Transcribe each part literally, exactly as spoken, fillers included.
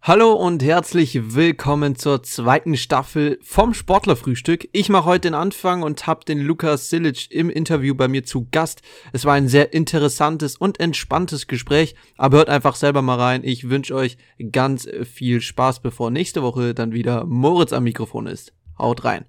Hallo und herzlich willkommen zur zweiten Staffel vom Sportlerfrühstück. Ich mache heute den Anfang und habe den Lukas Silic im Interview bei mir zu Gast. Es war ein sehr interessantes und entspanntes Gespräch, aber hört einfach selber mal rein. Ich wünsche euch ganz viel Spaß, bevor nächste Woche dann wieder Moritz am Mikrofon ist. Haut rein.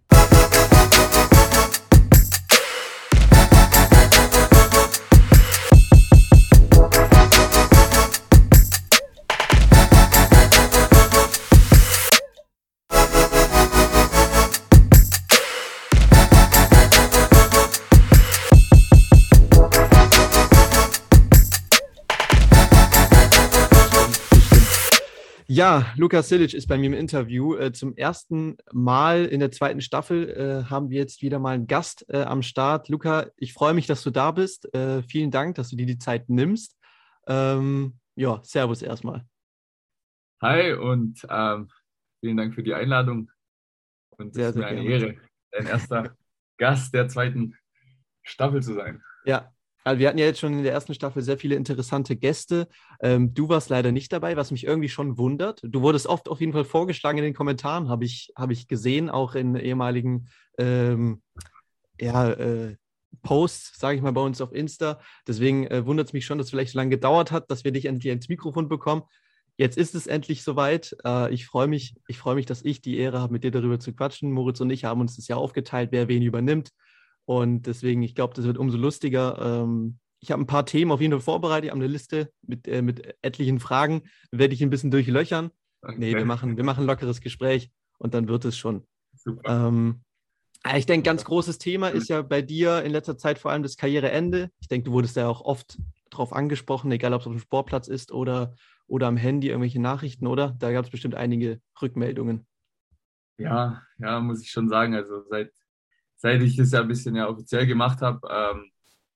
Ja, Lukas Silic ist bei mir im Interview. Äh, zum ersten Mal in der zweiten Staffel äh, haben wir jetzt wieder mal einen Gast äh, am Start. Luca, ich freue mich, dass du da bist. Äh, vielen Dank, dass du dir die Zeit nimmst. Ähm, ja, Servus erstmal. Hi und ähm, vielen Dank für die Einladung. Und es Sehr, ist sehr mir eine gerne. Ehre, dein erster Gast der zweiten Staffel zu sein. Ja, also wir hatten ja jetzt schon in der ersten Staffel sehr viele interessante Gäste. Ähm, du warst leider nicht dabei, was mich irgendwie schon wundert. Du wurdest oft auf jeden Fall vorgeschlagen in den Kommentaren, habe ich, hab ich gesehen, auch in ehemaligen ähm, ja, äh, Posts, sage ich mal, bei uns auf Insta. Deswegen äh, wundert es mich schon, dass es vielleicht so lange gedauert hat, dass wir dich endlich ins Mikrofon bekommen. Jetzt ist es endlich soweit. Äh, ich freue mich, ich freue mich, dass ich die Ehre habe, mit dir darüber zu quatschen. Moritz und ich haben uns das ja aufgeteilt, wer wen übernimmt. Und deswegen, ich glaube, das wird umso lustiger. Ähm, ich habe ein paar Themen auf jeden Fall vorbereitet. Ich habe eine Liste mit, äh, mit etlichen Fragen. Werde ich ein bisschen durchlöchern. Nee, wir Okay, machen, wir machen ein lockeres Gespräch und dann wird es schon. super. Ähm, ja, Ich denke, ganz großes Thema ist ja bei dir in letzter Zeit vor allem das Karriereende. Ich denke, du wurdest ja auch oft darauf angesprochen, egal ob es auf dem Sportplatz ist oder, oder am Handy, irgendwelche Nachrichten, oder? Da gab es bestimmt einige Rückmeldungen. Ja, ja, muss ich schon sagen. Also seit, seit ich das ja ein bisschen ja offiziell gemacht habe, ähm,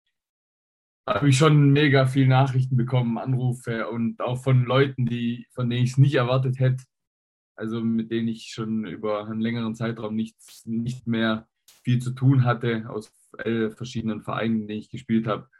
habe ich schon mega viel Nachrichten bekommen, Anrufe und auch von Leuten, die, von denen ich es nicht erwartet hätte. Also mit denen ich schon über einen längeren Zeitraum nichts, nicht mehr viel zu tun hatte, aus äh, verschiedenen Vereinen, in denen ich gespielt habe.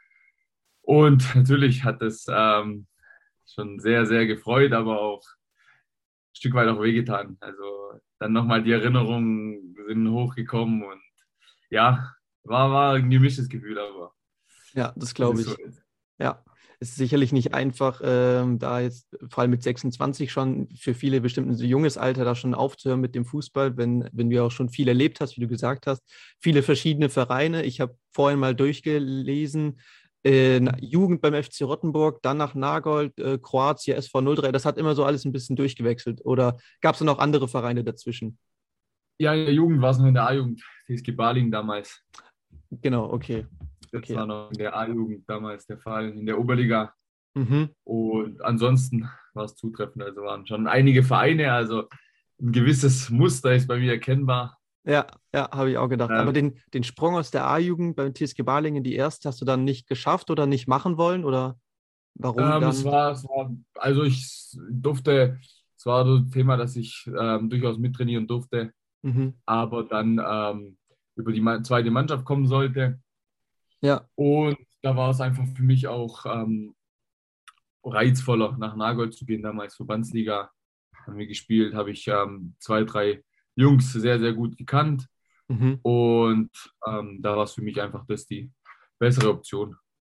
Und natürlich hat es ähm, schon sehr, sehr gefreut, aber auch ein Stück weit auch wehgetan. Also dann nochmal die Erinnerungen sind hochgekommen und ja, war, war ein gemischtes Gefühl, aber Ja, das es glaube ist so. ich. Ja, es ist sicherlich nicht einfach, ähm, da jetzt vor allem mit sechsundzwanzig schon für viele bestimmt ein so junges Alter da schon aufzuhören mit dem Fußball, wenn, wenn du ja auch schon viel erlebt hast, wie du gesagt hast, viele verschiedene Vereine. Ich habe vorhin mal durchgelesen, äh, Jugend beim F C Rottenburg, dann nach Nagold, äh, Kroatien, S V null drei, das hat immer so alles ein bisschen durchgewechselt. Oder gab es da noch andere Vereine dazwischen? Ja, in der Jugend war es noch in der A-Jugend, T S G Balingen damals. Genau, okay. Das Okay. war noch in der A-Jugend damals der Fall, in der Oberliga. Mhm. Und ansonsten war es zutreffend. Also waren schon einige Vereine, also ein gewisses Muster ist bei mir erkennbar. Ja, ja, habe ich auch gedacht. Aber Ähm, den, den Sprung aus der A-Jugend beim T S G Balingen in die erste hast du dann nicht geschafft oder nicht machen wollen? Oder warum ähm, es dann? war, es war, also ich durfte, es war so ein Thema, dass ich ähm, durchaus mittrainieren durfte, Mhm. aber dann ähm, über die Ma- zweite Mannschaft kommen sollte. Ja, Und da war es einfach für mich auch ähm, reizvoller, nach Nagold zu gehen, damals Verbandsliga haben wir gespielt, habe ich ähm, zwei, drei Jungs sehr, sehr gut gekannt. mhm. Und ähm, da war es für mich einfach das die bessere Option.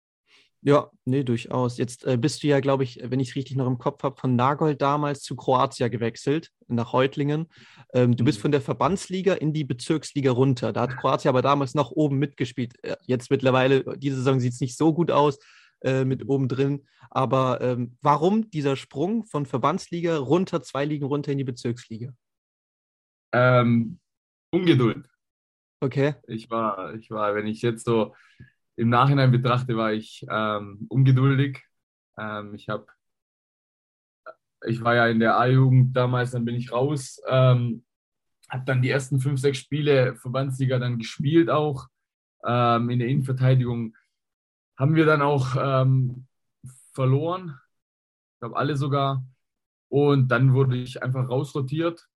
Ja, nee, durchaus. Jetzt äh, bist du ja, glaube ich, wenn ich es richtig noch im Kopf habe, von Nagold damals zu Kroatien gewechselt, nach Reutlingen. Ähm, du bist Mhm. von der Verbandsliga in die Bezirksliga runter. Da hat Kroatien aber damals noch oben mitgespielt. Äh, Jetzt mittlerweile, diese Saison sieht es nicht so gut aus äh, mit oben drin. Aber ähm, warum dieser Sprung von Verbandsliga runter, zwei Ligen runter in die Bezirksliga? Ähm, Ungeduld. Okay. Ich war, ich war, wenn ich jetzt so im Nachhinein betrachte, war ich ähm, ungeduldig. Ähm, ich habe, ich war ja in der A-Jugend damals, dann bin ich raus, ähm, habe dann die ersten fünf, sechs Spiele Verbandsliga dann gespielt auch. Ähm, in der Innenverteidigung haben wir dann auch ähm, verloren. Ich glaube, alle sogar. Und dann wurde ich einfach rausrotiert.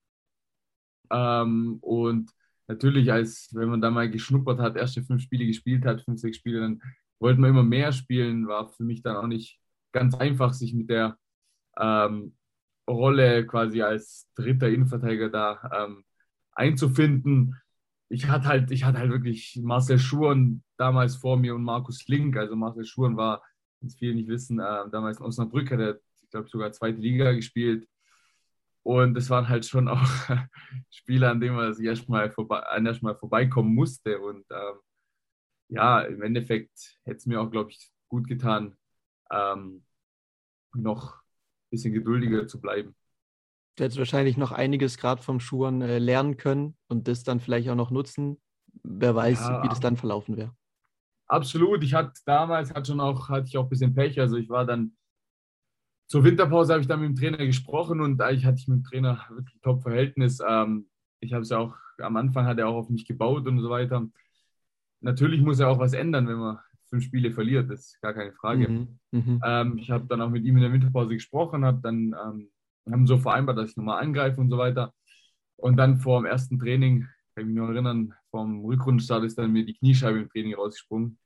Ähm, und natürlich, als wenn man da mal geschnuppert hat, erste fünf Spiele gespielt hat, fünf, sechs Spiele, dann wollte man immer mehr spielen. War für mich dann auch nicht ganz einfach, sich mit der ähm, Rolle quasi als dritter Innenverteidiger da ähm, einzufinden. Ich hatte halt, ich hatte halt wirklich Marcel Schuren damals vor mir und Markus Link. Also Marcel Schuren war, was viele nicht wissen, äh, damals in Osnabrück, hat er, ich glaube, sogar zweite Liga gespielt. Und es waren halt schon auch Spiele, an denen man sich erstmal vorbei, erstmal vorbeikommen musste. Und ähm, ja, im Endeffekt hätte es mir auch, glaube ich, gut getan, ähm, noch ein bisschen geduldiger zu bleiben. Du hättest wahrscheinlich noch einiges gerade vom Schuhen äh, lernen können und das dann vielleicht auch noch nutzen. Wer weiß, wie das Ja, dann verlaufen wäre. absolut. Ich hatte damals hat schon auch, hatte ich auch ein bisschen Pech. Also ich war dann zur Winterpause habe ich dann mit dem Trainer gesprochen und eigentlich hatte ich mit dem Trainer wirklich ein Top-Verhältnis. Ähm, ich habe es ja auch, am Anfang hat er auch auf mich gebaut und so weiter. Natürlich muss er auch was ändern, wenn man fünf Spiele verliert, das ist gar keine Frage. Mhm. Mhm. Ähm, ich habe dann auch mit ihm in der Winterpause gesprochen, habe dann ähm, haben so vereinbart, dass ich nochmal angreife und so weiter. Und dann vor dem ersten Training, kann ich mich noch erinnern, vom Rückrundenstart ist dann mir die Kniescheibe im Training rausgesprungen.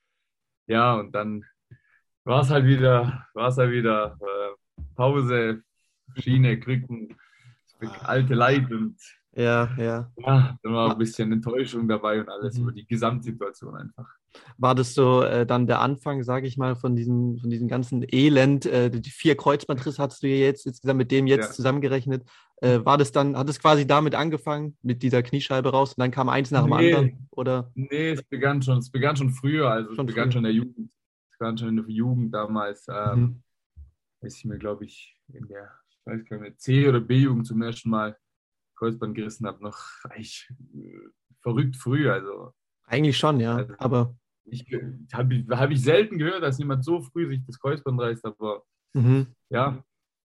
Ja, und dann war es halt wieder, war es halt wieder äh, Pause, Schiene, Mhm. Krücken, das alte Leid und Ja, ja. ja, da war ein War, bisschen Enttäuschung dabei und alles über mhm. die Gesamtsituation einfach. War das so äh, dann der Anfang, sage ich mal, von diesem, von diesem ganzen Elend? Äh, die vier Kreuzbandrisse hattest du ja jetzt insgesamt mit dem jetzt Ja. zusammengerechnet. Äh, war das dann, hat es quasi damit angefangen, mit dieser Kniescheibe raus und dann kam eins nach dem anderen? Nee, Oder nee, es begann schon, es begann schon früher, also es schon begann früher? schon in der Jugend. Es begann schon in der Jugend damals, ähm, Mhm. als ich mir, glaube ich, in der, ich weiß gar nicht, C- oder B-Jugend zum ersten Mal Kreuzband gerissen habe, noch eigentlich äh, verrückt früh. Also, Eigentlich schon, ja. also Aber ich habe ich, hab ich selten gehört, dass jemand so früh sich das Kreuzband reißt, aber mhm. ja,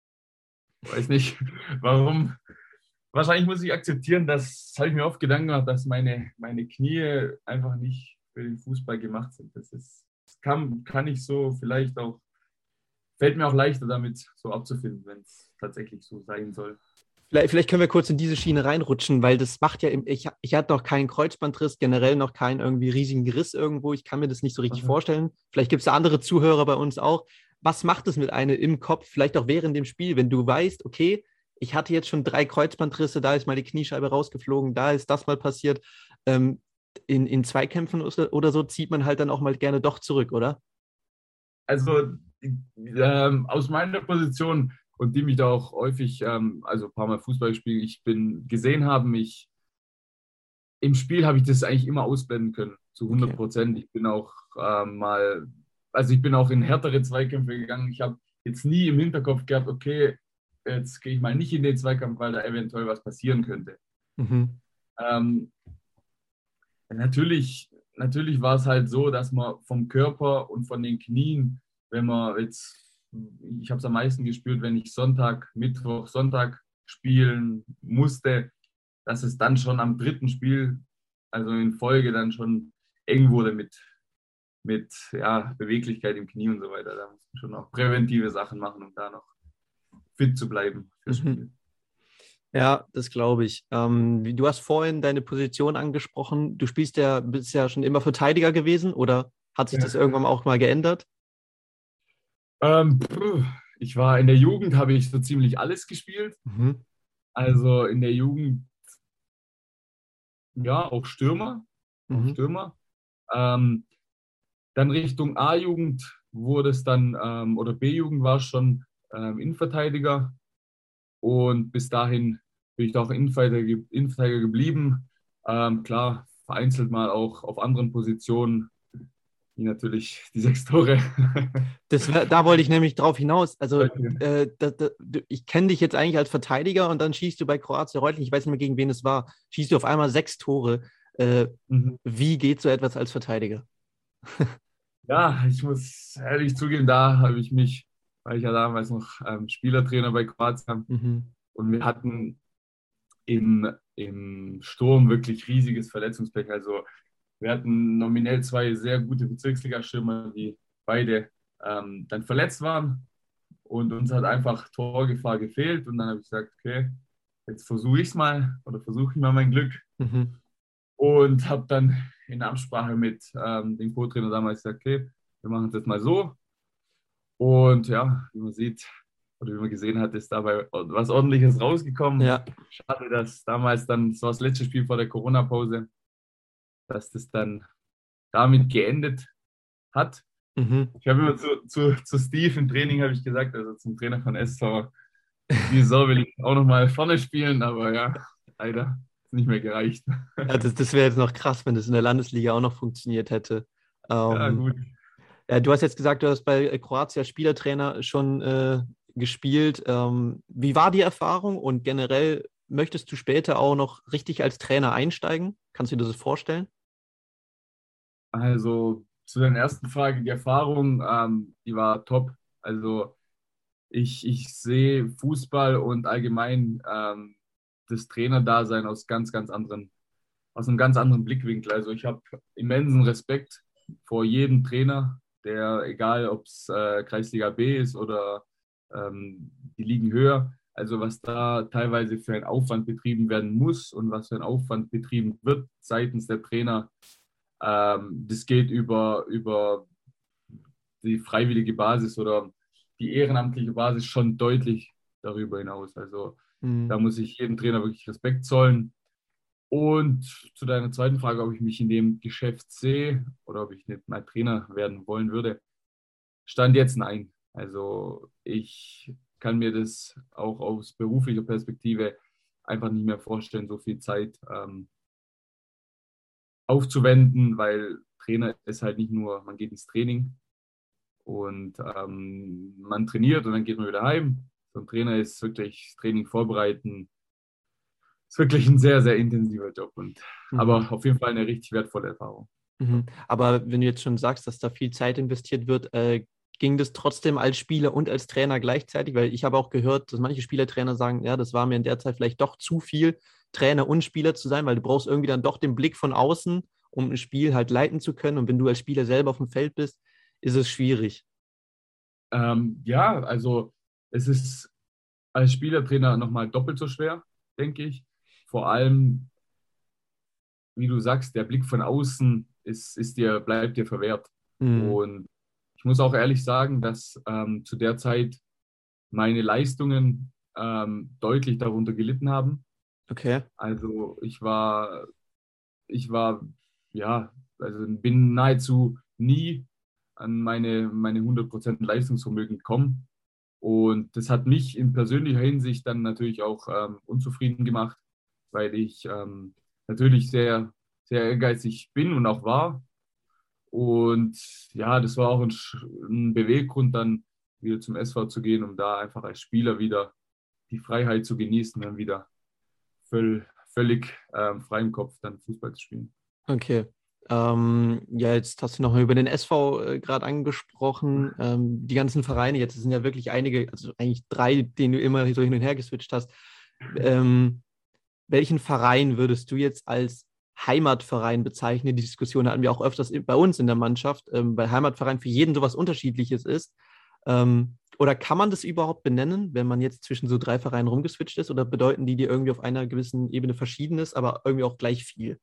weiß nicht, warum. Wahrscheinlich muss ich akzeptieren, das habe ich mir oft Gedanken gemacht, dass meine, meine Knie einfach nicht für den Fußball gemacht sind. Das ist, das kann, kann ich so vielleicht auch, fällt mir auch leichter damit so abzufinden, wenn es tatsächlich so sein soll. Vielleicht, vielleicht können wir kurz in diese Schiene reinrutschen, weil das macht ja, im, ich, ich hatte noch keinen Kreuzbandriss, generell noch keinen irgendwie riesigen Riss irgendwo. Ich kann mir das nicht so richtig Aha. vorstellen. Vielleicht gibt es ja andere Zuhörer bei uns auch. Was macht es mit einem im Kopf, vielleicht auch während dem Spiel, wenn du weißt, okay, ich hatte jetzt schon drei Kreuzbandrisse, da ist mal die Kniescheibe rausgeflogen, da ist das mal passiert. Ähm, in, in Zweikämpfen oder so zieht man halt dann auch mal gerne doch zurück, oder? Also ähm, aus meiner Position und die mich da auch häufig, ähm, also ein paar Mal Fußball gespielt, ich bin gesehen haben, ich im Spiel habe ich das eigentlich immer ausblenden können, zu hundert Okay. Prozent. Ich bin auch ähm, mal, also ich bin auch in härtere Zweikämpfe gegangen. Ich habe jetzt nie im Hinterkopf gehabt, okay, jetzt gehe ich mal nicht in den Zweikampf, weil da eventuell was passieren könnte. Mhm. Ähm, natürlich, natürlich war es halt so, dass man vom Körper und von den Knien, wenn man jetzt, ich habe es am meisten gespürt, wenn ich Sonntag, Mittwoch, Sonntag spielen musste, dass es dann schon am dritten Spiel, also in Folge, dann schon eng wurde mit, mit ja, Beweglichkeit im Knie und so weiter. Da muss man schon auch präventive Sachen machen, um da noch fit zu bleiben fürs Mhm. Spiel. Ja, das glaube ich. Ähm, wie- du hast vorhin deine Position angesprochen. Du spielst ja, bist ja schon immer Verteidiger gewesen oder hat sich das Ja. irgendwann auch mal geändert? Ähm, pff, ich war in der Jugend, habe ich so ziemlich alles gespielt. Mhm. Also in der Jugend, ja, auch Stürmer, auch Mhm. Stürmer. Ähm, dann Richtung A-Jugend wurde es dann, ähm, oder B-Jugend war es schon ähm, Innenverteidiger. Und bis dahin bin ich da auch Innenverteidiger, Innenverteidiger geblieben. Ähm, klar, vereinzelt mal auch auf anderen Positionen, wie natürlich die sechs Tore. Das wär, da wollte ich nämlich drauf hinaus. Also, äh, da, da, du- ich kenne dich jetzt eigentlich als Verteidiger und dann schießt du bei Kroatien Reutlingen, ich weiß nicht mehr, gegen wen es war, schießt du auf einmal sechs Tore. Äh, Mhm. wie geht so etwas als Verteidiger? Ja, ich muss ehrlich zugeben, da habe ich mich, weil ich ja damals noch ähm, Spielertrainer bei Kroatien Mhm. und wir hatten im, im Sturm wirklich riesiges Verletzungspech. Also wir hatten nominell zwei sehr gute Bezirksligastürmer, die beide ähm, dann verletzt waren und uns hat einfach Torgefahr gefehlt und dann habe ich gesagt, okay, jetzt versuche ich es mal oder versuche ich mal mein Glück Mhm. und habe dann in Absprache mit ähm, dem Co-Trainer damals gesagt, okay, wir machen es jetzt mal so und ja, wie man sieht, oder wie man gesehen hat, ist dabei was Ordentliches rausgekommen. Ja. Schade, dass damals dann, das war das letzte Spiel vor der Corona-Pause, dass das dann damit geendet hat. Mhm. Ich habe immer zu, zu, zu Steve im Training habe ich gesagt, also zum Trainer von S V, die Saison will ich auch nochmal vorne spielen, aber ja, leider ist nicht mehr gereicht. Ja, das, das wäre jetzt noch krass, wenn das in der Landesliga auch noch funktioniert hätte. Ja, Ähm, gut. ja, du hast jetzt gesagt, du hast bei Kroatia Spielertrainer schon äh, gespielt. Ähm, wie war die Erfahrung und generell möchtest du später auch noch richtig als Trainer einsteigen? Kannst du dir das vorstellen? Also zu deiner ersten Frage, die Erfahrung, ähm, die war top. Also ich, ich sehe Fußball und allgemein ähm, das Trainerdasein aus ganz, ganz anderen, aus einem ganz anderen Blickwinkel. Also ich habe immensen Respekt vor jedem Trainer, der, egal ob es äh, Kreisliga B ist oder ähm, die Ligen höher, also was da teilweise für ein Aufwand betrieben werden muss und was für ein Aufwand betrieben wird seitens der Trainer, ähm, das geht über, über die freiwillige Basis oder die ehrenamtliche Basis schon deutlich darüber hinaus. Also Mhm. da muss ich jedem Trainer wirklich Respekt zollen. Und zu deiner zweiten Frage, ob ich mich in dem Geschäft sehe oder ob ich nicht mal Trainer werden wollen würde, stand jetzt nein. Also ich kann mir das auch aus beruflicher Perspektive einfach nicht mehr vorstellen, so viel Zeit ähm, aufzuwenden, weil Trainer ist halt nicht nur, man geht ins Training und ähm, man trainiert und dann geht man wieder heim. So ein Trainer ist wirklich Training vorbereiten, ist wirklich ein sehr, sehr intensiver Job und Mhm. aber auf jeden Fall eine richtig wertvolle Erfahrung. Mhm. Aber wenn du jetzt schon sagst, dass da viel Zeit investiert wird, äh, ging das trotzdem als Spieler und als Trainer gleichzeitig? Weil ich habe auch gehört, dass manche Spielertrainer sagen, ja, das war mir in der Zeit vielleicht doch zu viel, Trainer und Spieler zu sein, weil du brauchst irgendwie dann doch den Blick von außen, um ein Spiel halt leiten zu können. Und wenn du als Spieler selber auf dem Feld bist, ist es schwierig. Ähm, ja, also es ist als Spielertrainer nochmal doppelt so schwer, denke ich. Vor allem, wie du sagst, der Blick von außen ist, ist dir, bleibt dir verwehrt. Mhm. Und ich muss auch ehrlich sagen, dass ähm, zu der Zeit meine Leistungen ähm, deutlich darunter gelitten haben. Okay. Also ich war, ich war, ja, also bin nahezu nie an meine, meine hundert Prozent Leistungsvermögen gekommen. Und das hat mich in persönlicher Hinsicht dann natürlich auch ähm, unzufrieden gemacht, weil ich ähm, natürlich sehr, sehr ehrgeizig bin und auch war. Und ja, das war auch ein, ein Beweggrund, dann wieder zum S V zu gehen, um da einfach als Spieler wieder die Freiheit zu genießen, dann wieder völ, völlig ähm, frei im Kopf dann Fußball zu spielen. Okay. Ähm, ja, jetzt hast du noch mal über den S V äh, gerade angesprochen. Ähm, die ganzen Vereine, jetzt sind ja wirklich einige, also eigentlich drei, denen du immer so hin und her geswitcht hast. Ähm, welchen Verein würdest du jetzt als Heimatverein bezeichnen? Die Diskussion hatten wir auch öfters bei uns in der Mannschaft, ähm, weil Heimatverein für jeden sowas Unterschiedliches ist. Ähm, oder kann man das überhaupt benennen, wenn man jetzt zwischen so drei Vereinen rumgeswitcht ist? Oder bedeuten die dir irgendwie auf einer gewissen Ebene Verschiedenes, aber irgendwie auch gleich viel?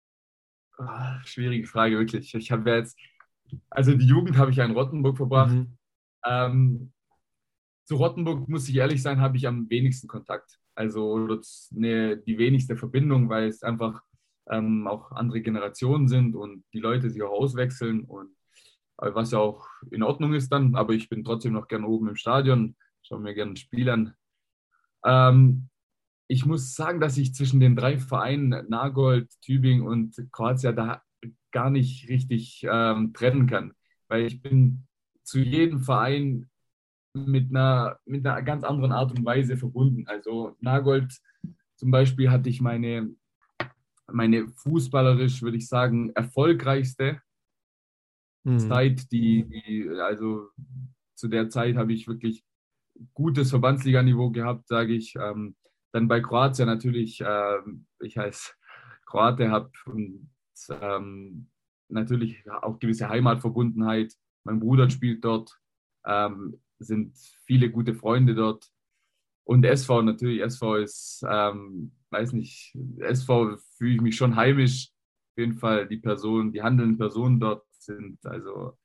Ah, schwierige Frage, wirklich. Ich habe ja jetzt, also die Jugend habe ich ja in Rottenburg verbracht. Mhm. Ähm, zu Rottenburg, muss ich ehrlich sein, habe ich am wenigsten Kontakt. Also das, ne, die wenigste Verbindung, weil es einfach ähm, auch andere Generationen sind und die Leute sich auch auswechseln und äh, was ja auch in Ordnung ist dann, aber ich bin trotzdem noch gern oben im Stadion, schaue mir gerne ein Spiel an. Ähm, ich muss sagen, dass ich zwischen den drei Vereinen Nagold, Tübingen und Kroatia da gar nicht richtig ähm, trennen kann, weil ich bin zu jedem Verein mit einer, mit einer ganz anderen Art und Weise verbunden. Also Nagold zum Beispiel hatte ich meine, meine fußballerisch, würde ich sagen, erfolgreichste Mhm. Zeit, die, die, also zu der Zeit habe ich wirklich gutes Verbandsliganiveau gehabt, sage ich. Ähm, dann bei Kroatien natürlich, ähm, ich als Kroate habe und ähm, natürlich auch gewisse Heimatverbundenheit. Mein Bruder spielt dort, ähm, sind viele gute Freunde dort. Und S V natürlich, S V ist, ähm, weiß nicht, S V fühle ich mich schon heimisch. Auf jeden Fall die Personen, die handelnden Personen dort sind also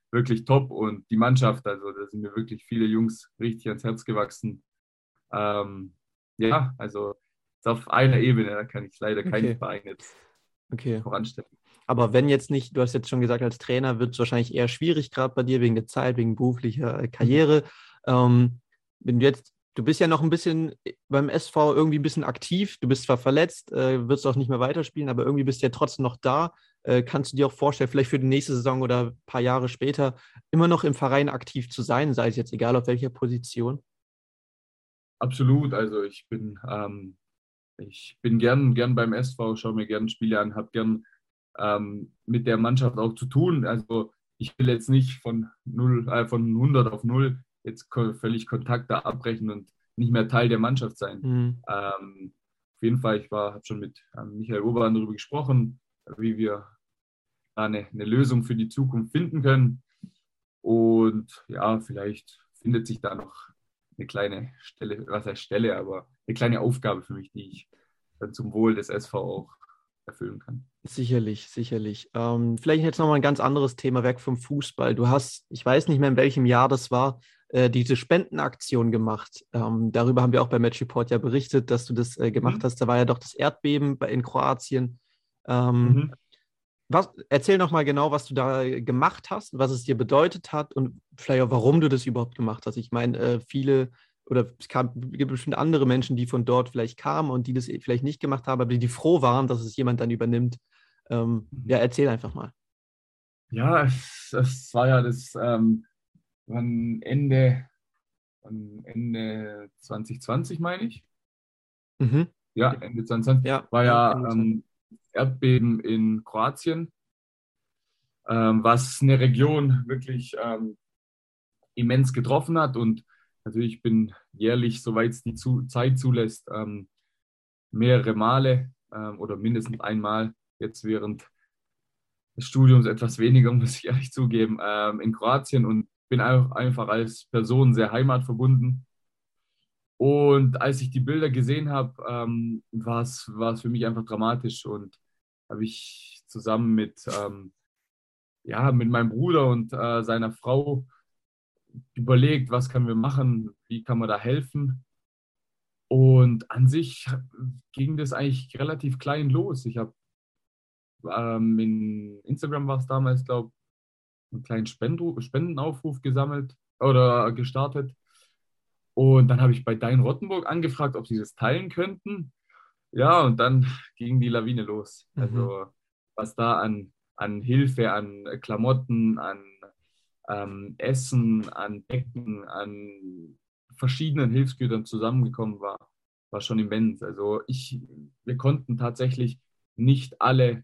wirklich top und die Mannschaft, also da sind mir wirklich viele Jungs richtig ans Herz gewachsen. Ähm, ja, also ist auf einer Ebene, da kann ich leider keinen Okay, Verein jetzt okay. voranstellen. Aber wenn jetzt nicht, du hast jetzt schon gesagt, als Trainer wird es wahrscheinlich eher schwierig, gerade bei dir wegen der Zeit, wegen beruflicher äh, Mhm. Karriere. Ähm, wenn du jetzt, du bist ja noch ein bisschen beim S V irgendwie ein bisschen aktiv, du bist zwar verletzt, äh, wirst auch nicht mehr weiterspielen, aber irgendwie bist du ja trotzdem noch da. Äh, kannst du dir auch vorstellen, vielleicht für die nächste Saison oder ein paar Jahre später immer noch im Verein aktiv zu sein, sei es jetzt egal auf welcher Position? Absolut, also ich bin, ähm, ich bin gern, gern beim S V, schaue mir gern Spiele an, habe gern ähm, mit der Mannschaft auch zu tun. Also ich will jetzt nicht von null, äh, von hundert auf null jetzt ko völlig Kontakte abbrechen und nicht mehr Teil der Mannschaft sein. Hm. Ähm, auf jeden Fall, ich war, habe schon mit ähm, Michael Oberhahn darüber gesprochen, wie wir eine, eine Lösung für die Zukunft finden können. Und ja, vielleicht findet sich da noch eine kleine Stelle, was heißt Stelle, aber eine kleine Aufgabe für mich, die ich dann zum Wohl des S V auch erfüllen kann. Sicherlich, sicherlich. Ähm, vielleicht jetzt nochmal ein ganz anderes Thema weg vom Fußball. Du hast, ich weiß nicht mehr, in welchem Jahr das war, äh, diese Spendenaktion gemacht. Ähm, darüber haben wir auch bei Match Report ja berichtet, dass du das äh, gemacht Mhm. hast. Da war ja doch das Erdbeben bei, in Kroatien. Ähm, Mhm. was, erzähl nochmal genau, was du da gemacht hast, was es dir bedeutet hat und vielleicht auch, warum du das überhaupt gemacht hast. Ich meine, äh, viele oder es kam, gibt bestimmt andere Menschen, die von dort vielleicht kamen und die das vielleicht nicht gemacht haben, aber die, die froh waren, dass es jemand dann übernimmt. Ähm, ja, erzähl einfach mal. Ja, es, es war ja das ähm, wann Ende, wann Ende zwanzig zwanzig, meine ich. Mhm. Ja, Ende zwanzig zwanzig Ja, war ja, ja kann gut sein. ähm, Erdbeben in Kroatien, ähm, was eine Region wirklich ähm, immens getroffen hat. Und natürlich ich bin jährlich, soweit es die zu, Zeit zulässt, ähm, mehrere Male ähm, oder mindestens einmal jetzt während des Studiums etwas weniger, muss ich ehrlich zugeben, ähm, in Kroatien und bin auch einfach als Person sehr heimatverbunden. Und als ich die Bilder gesehen habe, ähm, war es war es für mich einfach dramatisch und habe ich zusammen mit, ähm, ja, mit meinem Bruder und äh, seiner Frau überlegt, was können wir machen, wie kann man da helfen. Und an sich ging das eigentlich relativ klein los. Ich habe ähm, in Instagram war es damals, glaube ich, einen kleinen Spendu Spendenaufruf gesammelt oder gestartet. Und dann habe ich bei Dein Rottenburg angefragt, ob sie das teilen könnten. Ja, und dann ging die Lawine los. Mhm. Also was da an, an Hilfe, an Klamotten, an ähm, Essen, an Decken, an verschiedenen Hilfsgütern zusammengekommen war, war schon immens. Also ich, wir konnten tatsächlich nicht alle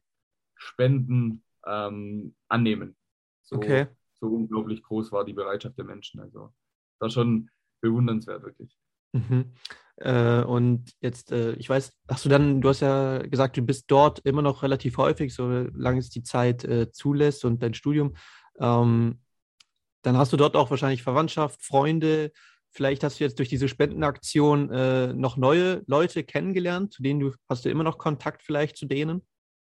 Spenden ähm, annehmen. Okay. So, so unglaublich groß war die Bereitschaft der Menschen. Also das war schon bewundernswert, wirklich. Mhm. Äh, und jetzt, äh, ich weiß, hast du dann, du hast ja gesagt, du bist dort immer noch relativ häufig, solange es die Zeit äh, zulässt und dein Studium. Ähm, Dann hast du dort auch wahrscheinlich Verwandtschaft, Freunde. Vielleicht hast du jetzt durch diese Spendenaktion äh, noch neue Leute kennengelernt, zu denen du hast du immer noch Kontakt vielleicht zu denen?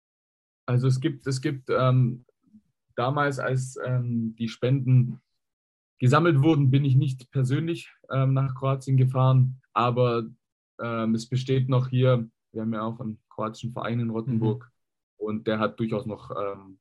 Also es gibt, es gibt ähm, damals, als ähm, die Spenden gesammelt wurden, bin ich nicht persönlich ähm, nach Kroatien gefahren, aber ähm, es besteht noch hier, wir haben ja auch einen kroatischen Verein in Mhm. Rottenburg und der hat durchaus noch ähm,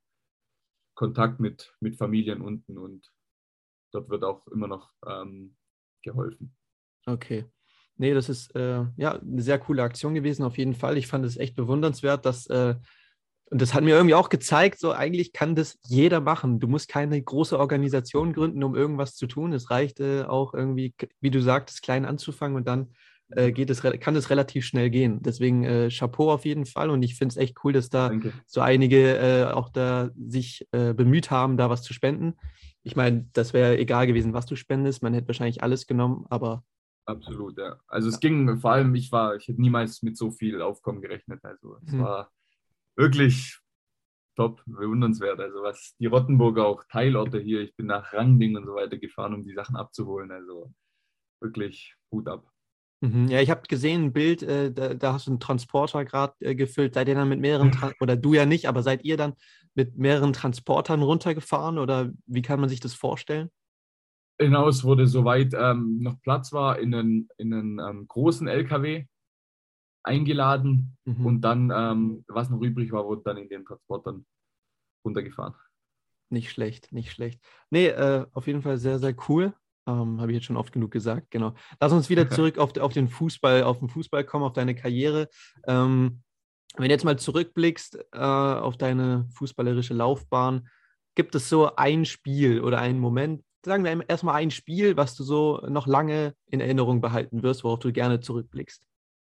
Kontakt mit, mit Familien unten und dort wird auch immer noch ähm, geholfen. Okay. Nee, das ist äh, ja eine sehr coole Aktion gewesen, auf jeden Fall. Ich fand es echt bewundernswert, dass, äh, und das hat mir irgendwie auch gezeigt, so eigentlich kann das jeder machen. Du musst keine große Organisation gründen, um irgendwas zu tun. Es reicht äh, auch irgendwie, wie du sagtest, klein anzufangen und dann äh, geht es, re- kann es relativ schnell gehen. Deswegen äh, Chapeau auf jeden Fall und ich finde es echt cool, dass da Danke. so einige äh, auch da sich äh, bemüht haben, da was zu spenden. Ich meine, das wäre egal gewesen, was du spendest. Man hätte wahrscheinlich alles genommen, aber Absolut, ja. Also es ja. ging, vor allem ich war, ich hätte niemals mit so viel Aufkommen gerechnet. Also es Hm. war wirklich top, bewundernswert. Also was die Rottenburger auch Teilorte hier, ich bin nach Rangding und so weiter gefahren, um die Sachen abzuholen. Also wirklich Hut ab. Mhm. Ja, ich habe gesehen, ein Bild, äh, da, da hast du einen Transporter gerade äh, gefüllt. Seid ihr dann mit mehreren, Tran oder du ja nicht, aber seid ihr dann mit mehreren Transportern runtergefahren oder wie kann man sich das vorstellen? Hinaus wurde, soweit ähm, noch Platz war, in einen, in einen ähm, großen L K W eingeladen Mhm. und dann, ähm, was noch übrig war, wurde dann in den Transportern runtergefahren. Nicht schlecht, nicht schlecht. Nee, äh, auf jeden Fall sehr, sehr cool. Ähm, habe ich jetzt schon oft genug gesagt, genau. Lass uns wieder zurück auf, auf den Fußball, auf den Fußball kommen, auf deine Karriere. Ähm, wenn du jetzt mal zurückblickst äh, auf deine fußballerische Laufbahn, gibt es so ein Spiel oder einen Moment, sagen wir erstmal ein Spiel, was du so noch lange in Erinnerung behalten wirst, worauf du gerne zurückblickst?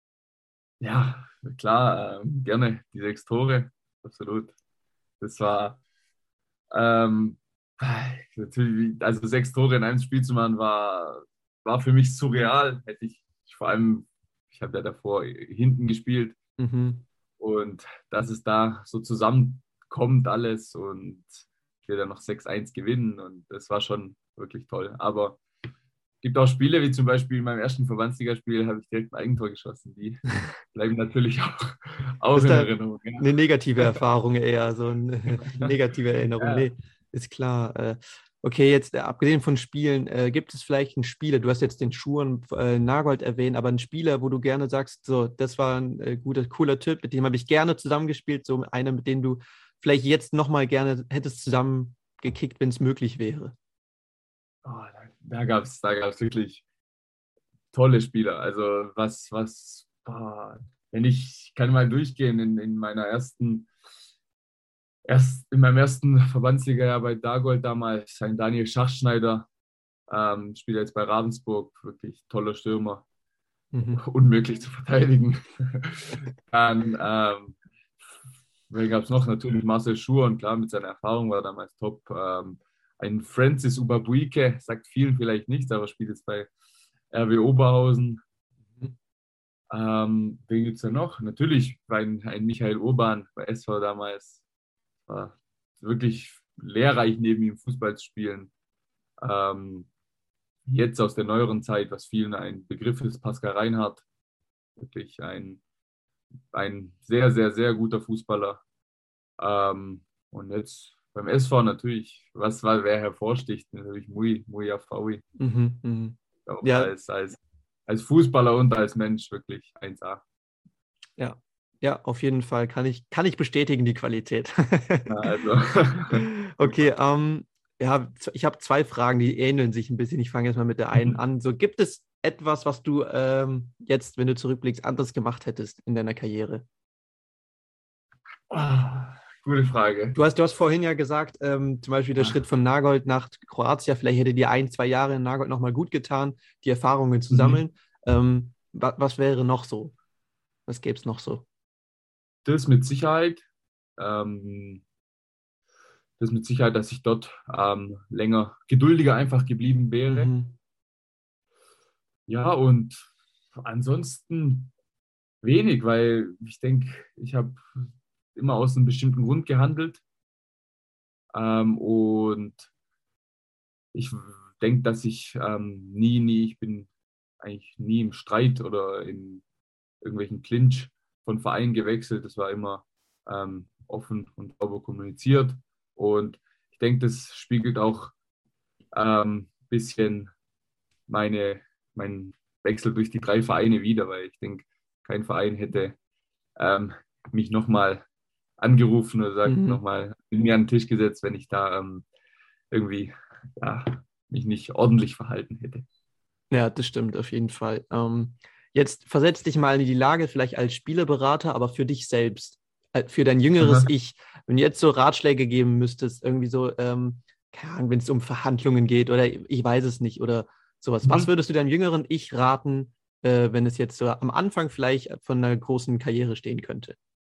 Ja, klar, ähm, gerne. Die sechs Tore, absolut. Das war ähm, natürlich, also sechs Tore in einem Spiel zu machen, war, war für mich surreal. Hätte ich, vor allem, ich habe ja davor hinten gespielt Mhm. und dass es da so zusammenkommt alles und wir dann noch sechs eins gewinnen und das war schon wirklich toll. Aber es gibt auch Spiele, wie zum Beispiel in meinem ersten Verbandsligaspiel habe ich direkt ein Eigentor geschossen. Die bleiben natürlich auch, auch Das ist in da Erinnerung. eine Ja. negative Erfahrung eher, so eine negative Erinnerung. Ja. Nee, ist klar. Äh, okay, jetzt äh, abgesehen von Spielen, äh, gibt es vielleicht einen Spieler, du hast jetzt den Schuhen äh, Nagold erwähnt, aber einen Spieler, wo du gerne sagst, so, das war ein äh, guter, cooler Typ, mit dem habe ich gerne zusammengespielt, so einer, mit dem du vielleicht jetzt nochmal gerne hättest zusammengekickt, wenn es möglich wäre. Oh, da da gab es da gab's wirklich tolle Spieler. Also was, was, boah, wenn ich, ich kann mal durchgehen in, in meiner ersten, erst in meinem ersten Verbandsliga bei Dargold damals, ein Daniel Schachschneider, ähm, spielt jetzt bei Ravensburg, wirklich toller Stürmer, Mhm. unmöglich zu verteidigen. Dann, ähm, wen gab es noch? Natürlich Marcel Schur und klar, mit seiner Erfahrung war er damals top. Ähm, ein Francis Ubabuike, sagt vielen vielleicht nichts, aber spielt jetzt bei R W Oberhausen. Ähm, wen gibt es da noch? Natürlich ein, ein Michael Urban bei S V damals. War wirklich lehrreich, neben ihm Fußball zu spielen. Ähm, jetzt aus der neueren Zeit, was vielen ein Begriff ist, Pascal Reinhardt. Wirklich ein, ein sehr, sehr, sehr guter Fußballer. Ähm, und jetzt beim S V natürlich, was war, wer hervorsticht, natürlich Mui, Mui Afawi. Mhm. Mhm. Auch Ja, als, als, als Fußballer und als Mensch wirklich eins A. ja, ja, auf jeden Fall kann ich, kann ich bestätigen, die Qualität. Ja, also, Okay, super. ähm, ja, z- ich habe zwei Fragen, die ähneln sich ein bisschen. Ich fange jetzt mal mit der einen an. So, gibt es etwas, was du ähm, jetzt, wenn du zurückblickst, anders gemacht hättest in deiner Karriere? Ah, gute Frage. Du hast, du hast vorhin ja gesagt, ähm, zum Beispiel der Schritt Ja. von Nagold nach Kroatien, vielleicht hätte dir ein, zwei Jahre in Nagold nochmal gut getan, die Erfahrungen zu Mhm. sammeln. Ähm, wa was wäre noch so? Was gäbe es noch so? Das mit Sicherheit. Ähm, das mit Sicherheit, dass ich dort ähm, länger geduldiger einfach geblieben wäre. Mhm. Ja, und ansonsten wenig, weil ich denke, ich habe immer aus einem bestimmten Grund gehandelt. Ähm, und ich denke, dass ich ähm, nie, nie, ich bin eigentlich nie im Streit oder in irgendwelchen Clinch von Vereinen gewechselt. Das war immer ähm, offen und sauber kommuniziert. Und ich denke, das spiegelt auch ein ähm, bisschen meine, meinen Wechsel durch die drei Vereine wider, weil ich denke, kein Verein hätte ähm, mich nochmal angerufen oder sagt Mhm. nochmal mit mir an den Tisch gesetzt, wenn ich da ähm, irgendwie ja, mich nicht ordentlich verhalten hätte. Ja, das stimmt auf jeden Fall. Ähm, jetzt versetz dich mal in die Lage, vielleicht als Spielerberater, aber für dich selbst, äh, für dein jüngeres Aha. Ich. Wenn du jetzt so Ratschläge geben müsstest, irgendwie so, ähm, keine Ahnung, wenn es um Verhandlungen geht oder ich weiß es nicht oder sowas. Was Mhm. würdest du deinem jüngeren Ich raten, äh, wenn es jetzt so am Anfang vielleicht von einer großen Karriere stehen könnte?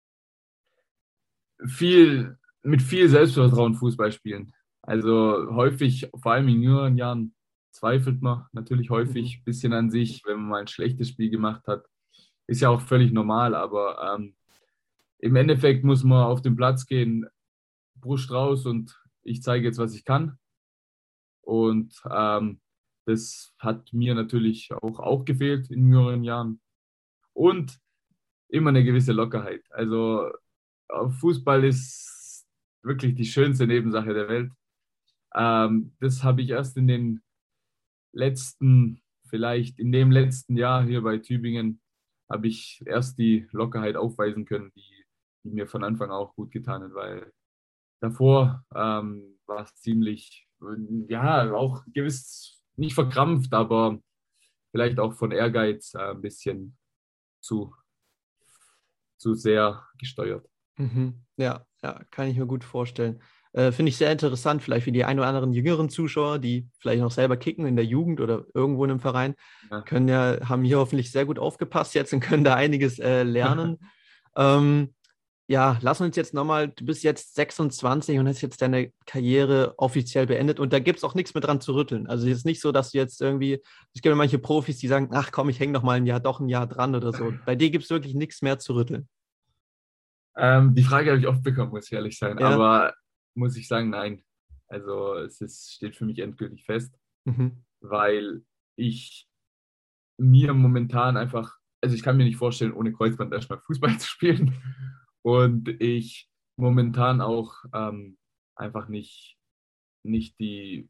Viel, mit viel Selbstvertrauen Fußball spielen. Also häufig, vor allem in jüngeren Jahren, zweifelt man natürlich Mhm. häufig ein bisschen an sich, wenn man mal ein schlechtes Spiel gemacht hat. Ist ja auch völlig normal, aber ähm, im Endeffekt muss man auf den Platz gehen, Brust raus und ich zeige jetzt, was ich kann. Und ähm, das hat mir natürlich auch, auch gefehlt in jüngeren Jahren. Und immer eine gewisse Lockerheit. Also Fußball ist wirklich die schönste Nebensache der Welt. Ähm, das habe ich erst in den letzten, vielleicht in dem letzten Jahr hier bei Tübingen, habe ich erst die Lockerheit aufweisen können, die, die mir von Anfang auch gut getan hat, weil davor ähm, war es ziemlich, ja, auch gewiss nicht verkrampft, aber vielleicht auch von Ehrgeiz äh, ein bisschen zu, zu sehr gesteuert. Mhm. Ja, ja, kann ich mir gut vorstellen. Äh, finde ich sehr interessant, vielleicht für die ein oder anderen jüngeren Zuschauer, die vielleicht noch selber kicken in der Jugend oder irgendwo in einem Verein, Ja. können ja, haben hier hoffentlich sehr gut aufgepasst jetzt und können da einiges äh, lernen. ähm, ja, lass uns jetzt nochmal, du bist jetzt sechsundzwanzig und hast jetzt deine Karriere offiziell beendet und da gibt es auch nichts mehr dran zu rütteln. Also es ist nicht so, dass du jetzt irgendwie, es gibt ja manche Profis, die sagen, ach komm, ich hänge noch mal ein Jahr, doch ein Jahr dran oder so. Bei dir gibt es wirklich nichts mehr zu rütteln. Ähm, die Frage habe ich oft bekommen, muss ich ehrlich sein. Ja. Aber muss ich sagen, nein. Also es ist, steht für mich endgültig fest, Mhm. weil ich mir momentan einfach, also ich kann mir nicht vorstellen, ohne Kreuzband erstmal Fußball zu spielen. Und ich momentan auch ähm, einfach nicht, nicht die,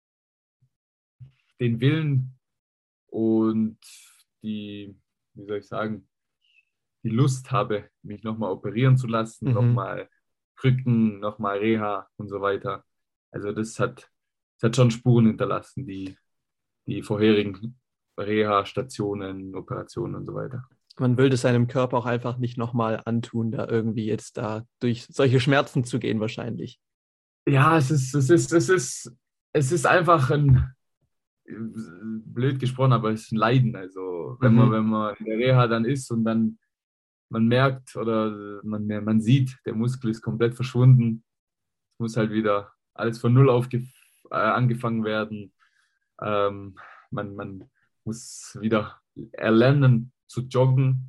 den Willen und die, wie soll ich sagen, die Lust habe, mich nochmal operieren zu lassen, Mhm. nochmal Krücken, nochmal Reha und so weiter. Also das hat, das hat schon Spuren hinterlassen, die, die vorherigen Reha-Stationen, Operationen und so weiter. Man will es seinem Körper auch einfach nicht nochmal antun, da irgendwie jetzt da durch solche Schmerzen zu gehen, wahrscheinlich. Ja, es ist, es ist, es ist, es ist einfach ein, blöd gesprochen, aber es ist ein Leiden. Also wenn man, Mhm. wenn man in der Reha dann ist und dann man merkt oder man, man sieht, der Muskel ist komplett verschwunden, es muss halt wieder alles von Null auf äh, angefangen werden. Ähm, man, man muss wieder erlernen zu joggen.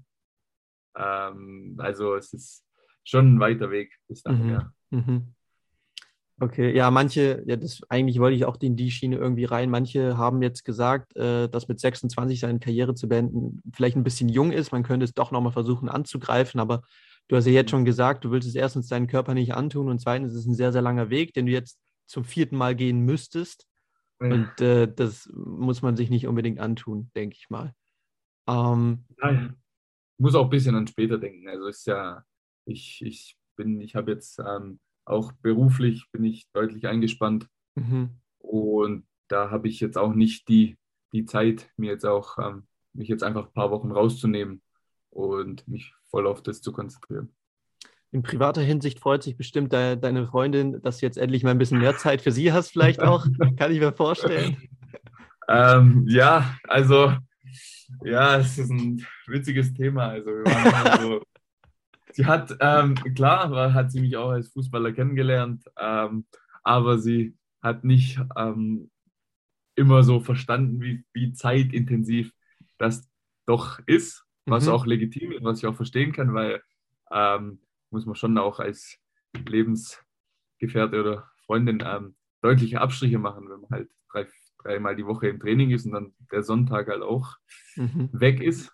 Ähm, also es ist schon ein weiter Weg bis dahin, Mhm. ja. Mhm. Okay, ja, manche, ja, das eigentlich wollte ich auch in die Schiene irgendwie rein. Manche haben jetzt gesagt, äh, dass mit sechsundzwanzig seine Karriere zu beenden vielleicht ein bisschen jung ist. Man könnte es doch nochmal versuchen anzugreifen, aber du hast ja jetzt schon gesagt, du willst es erstens deinen Körper nicht antun und zweitens ist es ein sehr, sehr langer Weg, den du jetzt zum vierten Mal gehen müsstest. Ja, Und äh, das muss man sich nicht unbedingt antun, denke ich mal. Ähm, ja. Muss auch ein bisschen an später denken. Also ist ja, ich, ich bin, ich habe jetzt ähm, auch beruflich bin ich deutlich eingespannt mhm. und da habe ich jetzt auch nicht die, die Zeit, mir jetzt auch ähm, mich jetzt einfach ein paar Wochen rauszunehmen und mich voll auf das zu konzentrieren. In privater Hinsicht freut sich bestimmt de deine Freundin, dass du jetzt endlich mal ein bisschen mehr Zeit für sie hast, vielleicht auch. Kann ich mir vorstellen. Ähm, ja, also ja, es ist ein witziges Thema. Also wir waren immer so. Sie hat, ähm, klar, war, hat sie mich auch als Fußballer kennengelernt, ähm, aber sie hat nicht ähm, immer so verstanden, wie, wie zeitintensiv das doch ist, was Mhm. auch legitim ist, was ich auch verstehen kann, weil ähm, muss man schon auch als Lebensgefährte oder Freundin ähm, deutliche Abstriche machen, wenn man halt drei, dreimal die Woche im Training ist und dann der Sonntag halt auch Mhm. weg ist.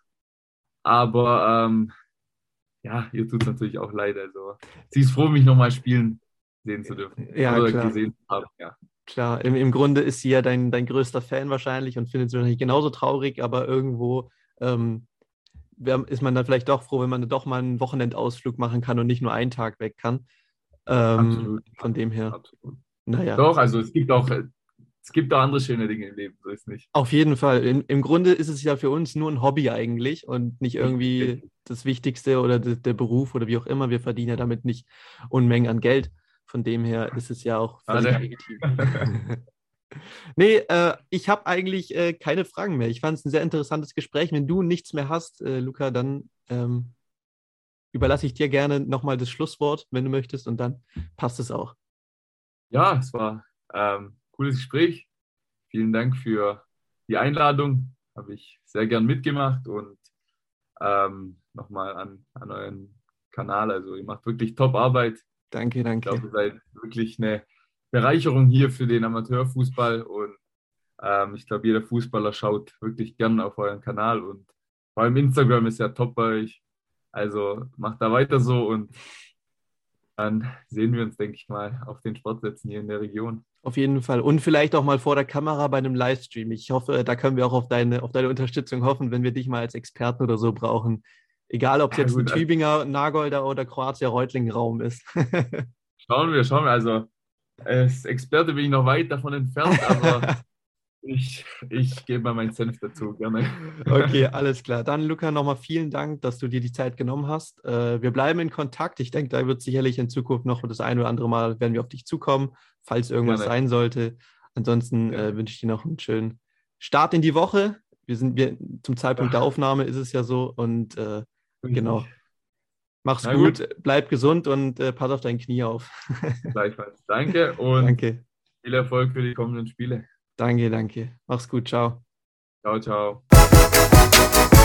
Aber ähm, ja, ihr tut es natürlich auch leid. Also, sie ist froh, mich nochmal spielen sehen zu dürfen. Ja, Oder klar. gesehen zu haben, ja. Klar. Im, im Grunde ist sie ja dein, dein größter Fan wahrscheinlich und findet es wahrscheinlich genauso traurig, aber irgendwo ähm, wär- ist man dann vielleicht doch froh, wenn man doch mal einen Wochenendausflug machen kann und nicht nur einen Tag weg kann. Ähm, Absolut. von dem her, Absolut. naja. Doch, also es gibt auch, es gibt auch andere schöne Dinge im Leben, so ist nicht. Auf jeden Fall. In, Im Grunde ist es ja für uns nur ein Hobby eigentlich und nicht Richtig, irgendwie richtig. das Wichtigste oder de, der Beruf oder wie auch immer. Wir verdienen ja damit nicht Unmengen an Geld. Von dem her ist es ja auch völlig Schade. legitim. Nee, äh, ich habe eigentlich äh, keine Fragen mehr. Ich fand es ein sehr interessantes Gespräch. Wenn du nichts mehr hast, äh, Luca, dann ähm, überlasse ich dir gerne nochmal das Schlusswort, wenn du möchtest, und dann passt es auch. Ja, es war ähm, ein cooles Gespräch. Vielen Dank für die Einladung. Habe ich sehr gern mitgemacht und ähm, nochmal an, an euren Kanal. Also ihr macht wirklich Top-Arbeit. Danke, Ich glaube, danke. ihr seid wirklich eine Bereicherung hier für den Amateurfußball und Ähm, ich glaube, jeder Fußballer schaut wirklich gern auf euren Kanal und vor allem Instagram ist ja top bei euch. Also macht da weiter so und dann sehen wir uns, denke ich mal, auf den Sportplätzen hier in der Region. Auf jeden Fall. Und vielleicht auch mal vor der Kamera bei einem Livestream. Ich hoffe, da können wir auch auf deine, auf deine Unterstützung hoffen, wenn wir dich mal als Experten oder so brauchen. Egal, ob es Ja, jetzt ein gut, also Tübinger, Nagolder oder Kroatia-Reutlingen-Raum ist. schauen wir, schauen wir. Also als Experte bin ich noch weit davon entfernt, aber ich, ich gebe mal meinen Senf dazu, gerne. Okay, alles klar. Dann, Luca, nochmal vielen Dank, dass du dir die Zeit genommen hast. Äh, wir bleiben in Kontakt. Ich denke, da wird sicherlich in Zukunft noch das ein oder andere Mal, werden wir auf dich zukommen, falls irgendwas Gerne. sein sollte. Ansonsten Gerne. äh, wünsche ich dir noch einen schönen Start in die Woche. Wir sind wir, zum Zeitpunkt der Aufnahme ist es ja so. Und äh, genau, mach's Na gut, gut, bleib gesund und äh, pass auf dein Knie auf. gleichfalls. Danke und Danke, viel Erfolg für die kommenden Spiele. danke, danke. Mach's gut, ciao. Ciao, ciao.